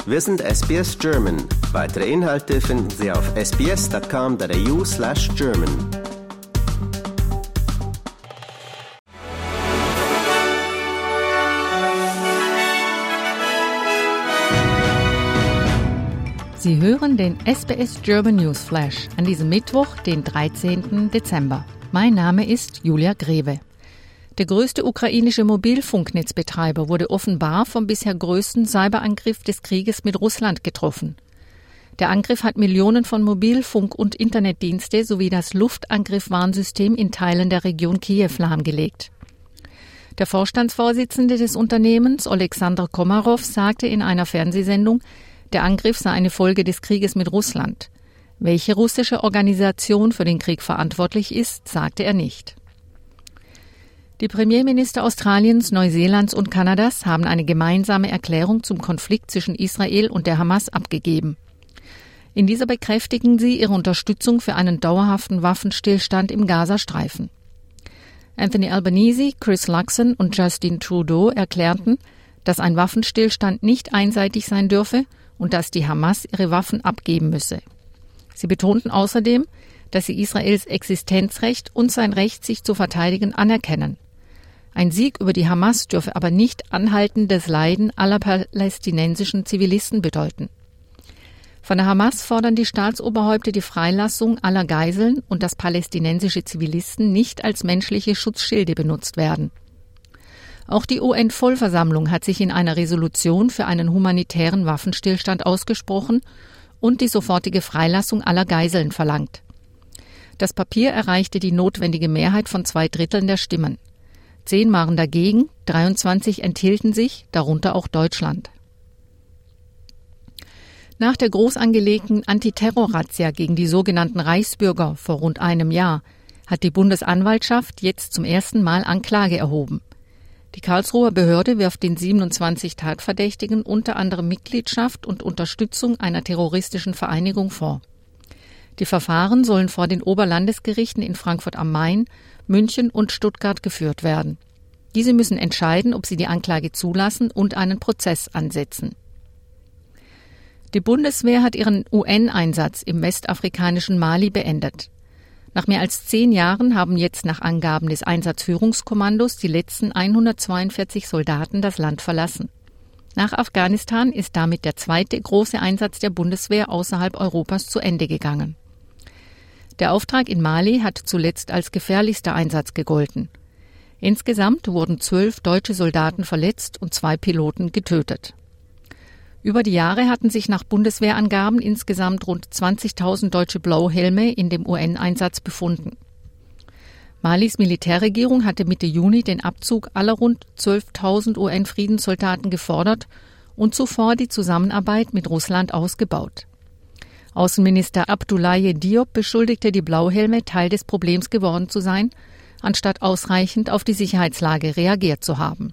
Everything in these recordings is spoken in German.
Wir sind SBS German. Weitere Inhalte finden Sie auf sbs.com.au/German. Sie hören den SBS German News Flash an diesem Mittwoch, den 13. Dezember. Mein Name ist Julia Greve. Der größte ukrainische Mobilfunknetzbetreiber wurde offenbar vom bisher größten Cyberangriff des Krieges mit Russland getroffen. Der Angriff hat Millionen von Mobilfunk- und Internetdienste sowie das Luftangriffwarnsystem in Teilen der Region Kiew lahmgelegt. Der Vorstandsvorsitzende des Unternehmens, Oleksandr Komarov, sagte in einer Fernsehsendung, der Angriff sei eine Folge des Krieges mit Russland. Welche russische Organisation für den Krieg verantwortlich ist, sagte er nicht. Die Premierminister Australiens, Neuseelands und Kanadas haben eine gemeinsame Erklärung zum Konflikt zwischen Israel und der Hamas abgegeben. In dieser bekräftigen sie ihre Unterstützung für einen dauerhaften Waffenstillstand im Gazastreifen. Anthony Albanese, Chris Luxon und Justin Trudeau erklärten, dass ein Waffenstillstand nicht einseitig sein dürfe und dass die Hamas ihre Waffen abgeben müsse. Sie betonten außerdem, dass sie Israels Existenzrecht und sein Recht, sich zu verteidigen, anerkennen. Ein Sieg über die Hamas dürfe aber nicht anhaltendes Leiden aller palästinensischen Zivilisten bedeuten. Von der Hamas fordern die Staatsoberhäupter die Freilassung aller Geiseln und dass palästinensische Zivilisten nicht als menschliche Schutzschilde benutzt werden. Auch die UN-Vollversammlung hat sich in einer Resolution für einen humanitären Waffenstillstand ausgesprochen und die sofortige Freilassung aller Geiseln verlangt. Das Papier erreichte die notwendige Mehrheit von 2/3 der Stimmen. 10 waren dagegen, 23 enthielten sich, darunter auch Deutschland. Nach der groß angelegten Antiterror-Razzia gegen die sogenannten Reichsbürger vor rund einem Jahr hat die Bundesanwaltschaft jetzt zum ersten Mal Anklage erhoben. Die Karlsruher Behörde wirft den 27 Tatverdächtigen unter anderem Mitgliedschaft und Unterstützung einer terroristischen Vereinigung vor. Die Verfahren sollen vor den Oberlandesgerichten in Frankfurt am Main, München und Stuttgart geführt werden. Diese müssen entscheiden, ob sie die Anklage zulassen und einen Prozess ansetzen. Die Bundeswehr hat ihren UN-Einsatz im westafrikanischen Mali beendet. Nach mehr als 10 Jahren haben jetzt nach Angaben des Einsatzführungskommandos die letzten 142 Soldaten das Land verlassen. Nach Afghanistan ist damit der zweite große Einsatz der Bundeswehr außerhalb Europas zu Ende gegangen. Der Auftrag in Mali hat zuletzt als gefährlichster Einsatz gegolten. Insgesamt wurden 12 deutsche Soldaten verletzt und 2 Piloten getötet. Über die Jahre hatten sich nach Bundeswehrangaben insgesamt rund 20.000 deutsche Blauhelme in dem UN-Einsatz befunden. Malis Militärregierung hatte Mitte Juni den Abzug aller rund 12.000 UN-Friedenssoldaten gefordert und zuvor die Zusammenarbeit mit Russland ausgebaut. Außenminister Abdoulaye Diop beschuldigte die Blauhelme, Teil des Problems geworden zu sein, anstatt ausreichend auf die Sicherheitslage reagiert zu haben.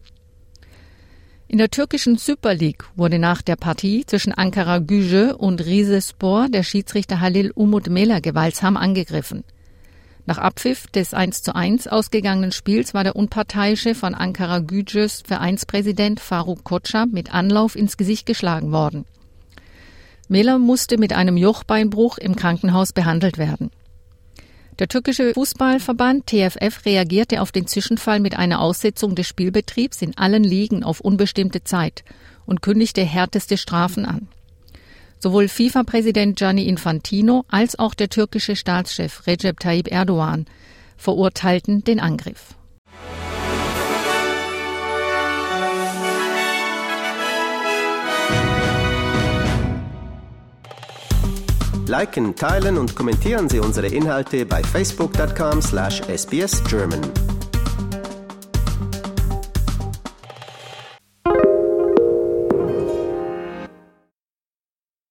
In der türkischen Süper Lig wurde nach der Partie zwischen Ankara-Gücü und Rizespor der Schiedsrichter Halil Umut Meler gewaltsam angegriffen. Nach Abpfiff des 1:1 ausgegangenen Spiels war der unparteiische von Ankara-Gücüs Vereinspräsident Faruk Koca mit Anlauf ins Gesicht geschlagen worden. Meler musste mit einem Jochbeinbruch im Krankenhaus behandelt werden. Der türkische Fußballverband TFF reagierte auf den Zwischenfall mit einer Aussetzung des Spielbetriebs in allen Ligen auf unbestimmte Zeit und kündigte härteste Strafen an. Sowohl FIFA-Präsident Gianni Infantino als auch der türkische Staatschef Recep Tayyip Erdogan verurteilten den Angriff. Liken, teilen und kommentieren Sie unsere Inhalte bei facebook.com/sbsgerman.